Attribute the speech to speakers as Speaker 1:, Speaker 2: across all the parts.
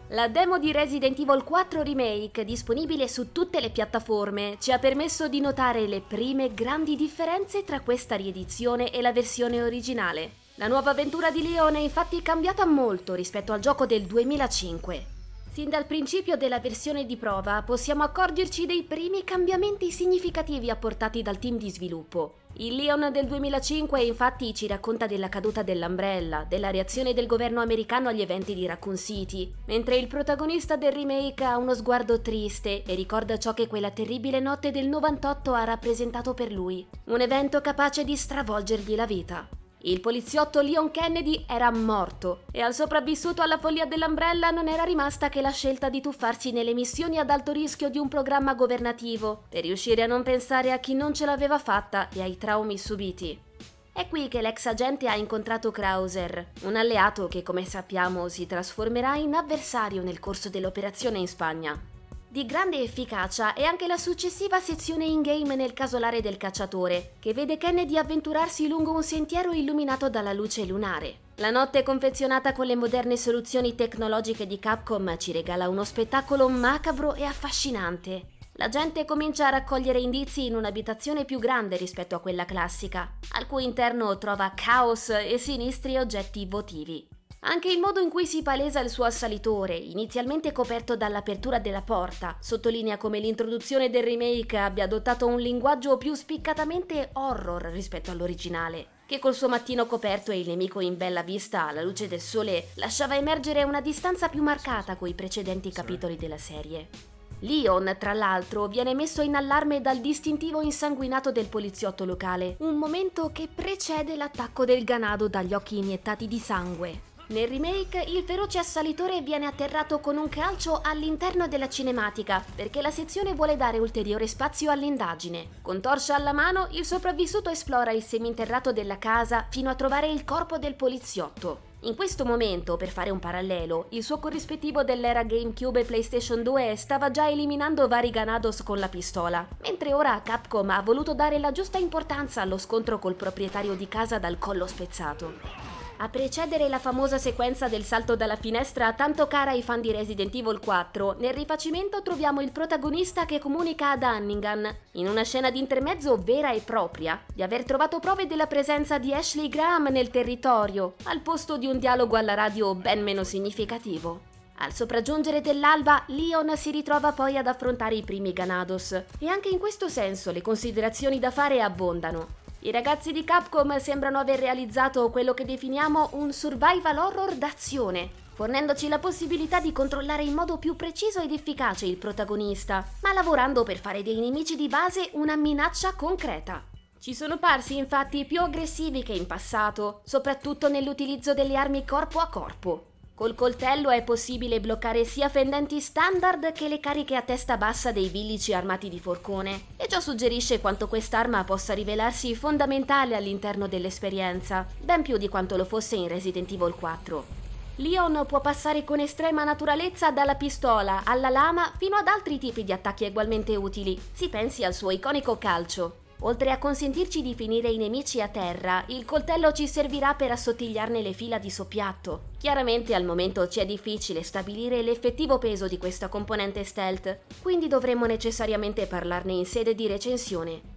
Speaker 1: La demo di Resident Evil 4 Remake, disponibile su tutte le piattaforme, ci ha permesso di notare le prime grandi differenze tra questa riedizione e la versione originale. La nuova avventura di Leon è infatti cambiata molto rispetto al gioco del 2005. Sin dal principio della versione di prova possiamo accorgerci dei primi cambiamenti significativi apportati dal team di sviluppo. Il Leon del 2005 infatti ci racconta della caduta dell'Umbrella, della reazione del governo americano agli eventi di Raccoon City, mentre il protagonista del remake ha uno sguardo triste e ricorda ciò che quella terribile notte del 98 ha rappresentato per lui, un evento capace di stravolgergli la vita. Il poliziotto Leon Kennedy era morto e al sopravvissuto alla follia dell'Umbrella non era rimasta che la scelta di tuffarsi nelle missioni ad alto rischio di un programma governativo per riuscire a non pensare a chi non ce l'aveva fatta e ai traumi subiti. È qui che l'ex agente ha incontrato Krauser, un alleato che, come sappiamo, si trasformerà in avversario nel corso dell'operazione in Spagna. Di grande efficacia è anche la successiva sezione in-game nel casolare del cacciatore, che vede Kennedy avventurarsi lungo un sentiero illuminato dalla luce lunare. La notte confezionata con le moderne soluzioni tecnologiche di Capcom ci regala uno spettacolo macabro e affascinante. La gente comincia a raccogliere indizi in un'abitazione più grande rispetto a quella classica, al cui interno trova caos e sinistri oggetti votivi. Anche il modo in cui si palesa il suo assalitore, inizialmente coperto dall'apertura della porta, sottolinea come l'introduzione del remake abbia adottato un linguaggio più spiccatamente horror rispetto all'originale, che col suo mattino coperto e il nemico in bella vista alla luce del sole lasciava emergere una distanza più marcata coi precedenti capitoli della serie. Leon, tra l'altro, viene messo in allarme dal distintivo insanguinato del poliziotto locale, un momento che precede l'attacco del ganado dagli occhi iniettati di sangue. Nel remake, il feroce assalitore viene atterrato con un calcio all'interno della cinematica, perché la sezione vuole dare ulteriore spazio all'indagine. Con torcia alla mano, il sopravvissuto esplora il seminterrato della casa fino a trovare il corpo del poliziotto. In questo momento, per fare un parallelo, il suo corrispettivo dell'era GameCube e PlayStation 2 stava già eliminando vari Ganados con la pistola, mentre ora Capcom ha voluto dare la giusta importanza allo scontro col proprietario di casa dal collo spezzato. A precedere la famosa sequenza del salto dalla finestra tanto cara ai fan di Resident Evil 4, nel rifacimento troviamo il protagonista che comunica ad Hannigan, in una scena di intermezzo vera e propria, di aver trovato prove della presenza di Ashley Graham nel territorio, al posto di un dialogo alla radio ben meno significativo. Al sopraggiungere dell'alba, Leon si ritrova poi ad affrontare i primi Ganados, e anche in questo senso le considerazioni da fare abbondano. I ragazzi di Capcom sembrano aver realizzato quello che definiamo un survival horror d'azione, fornendoci la possibilità di controllare in modo più preciso ed efficace il protagonista, ma lavorando per fare dei nemici di base una minaccia concreta. Ci sono parsi infatti più aggressivi che in passato, soprattutto nell'utilizzo delle armi corpo a corpo. Col coltello è possibile bloccare sia fendenti standard che le cariche a testa bassa dei villici armati di forcone, e ciò suggerisce quanto quest'arma possa rivelarsi fondamentale all'interno dell'esperienza, ben più di quanto lo fosse in Resident Evil 4. Leon può passare con estrema naturalezza dalla pistola alla lama fino ad altri tipi di attacchi ugualmente utili, si pensi al suo iconico calcio. Oltre a consentirci di finire i nemici a terra, il coltello ci servirà per assottigliarne le fila di soppiatto. Chiaramente al momento ci è difficile stabilire l'effettivo peso di questa componente stealth, quindi dovremo necessariamente parlarne in sede di recensione.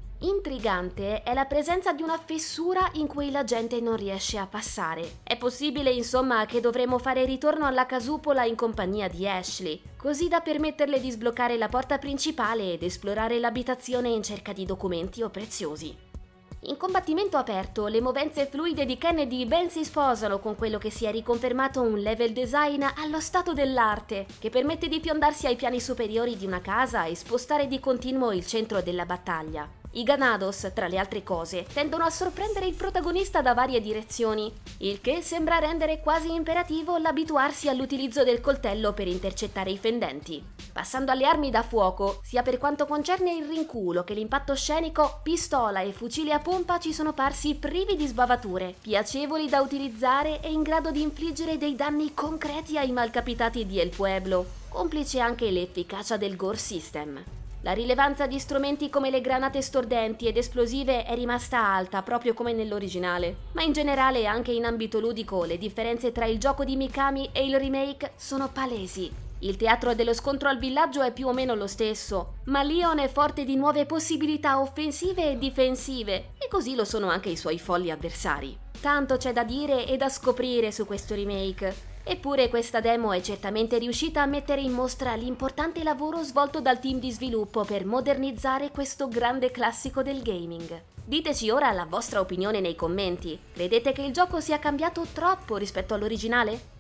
Speaker 1: Intrigante è la presenza di una fessura in cui la gente non riesce a passare. È possibile, insomma, che dovremo fare ritorno alla casupola in compagnia di Ashley, così da permetterle di sbloccare la porta principale ed esplorare l'abitazione in cerca di documenti o preziosi. In combattimento aperto, le movenze fluide di Kennedy ben si sposano con quello che si è riconfermato un level design allo stato dell'arte, che permette di fiondarsi ai piani superiori di una casa e spostare di continuo il centro della battaglia. I Ganados, tra le altre cose, tendono a sorprendere il protagonista da varie direzioni, il che sembra rendere quasi imperativo l'abituarsi all'utilizzo del coltello per intercettare i fendenti. Passando alle armi da fuoco, sia per quanto concerne il rinculo che l'impatto scenico, pistola e fucile a pompa ci sono parsi privi di sbavature, piacevoli da utilizzare e in grado di infliggere dei danni concreti ai malcapitati di El Pueblo, complice anche l'efficacia del gore system. La rilevanza di strumenti come le granate stordenti ed esplosive è rimasta alta, proprio come nell'originale, ma in generale anche in ambito ludico le differenze tra il gioco di Mikami e il remake sono palesi. Il teatro dello scontro al villaggio è più o meno lo stesso, ma Leon è forte di nuove possibilità offensive e difensive, e così lo sono anche i suoi folli avversari. Tanto c'è da dire e da scoprire su questo remake. Eppure questa demo è certamente riuscita a mettere in mostra l'importante lavoro svolto dal team di sviluppo per modernizzare questo grande classico del gaming. Diteci ora la vostra opinione nei commenti. Credete che il gioco sia cambiato troppo rispetto all'originale?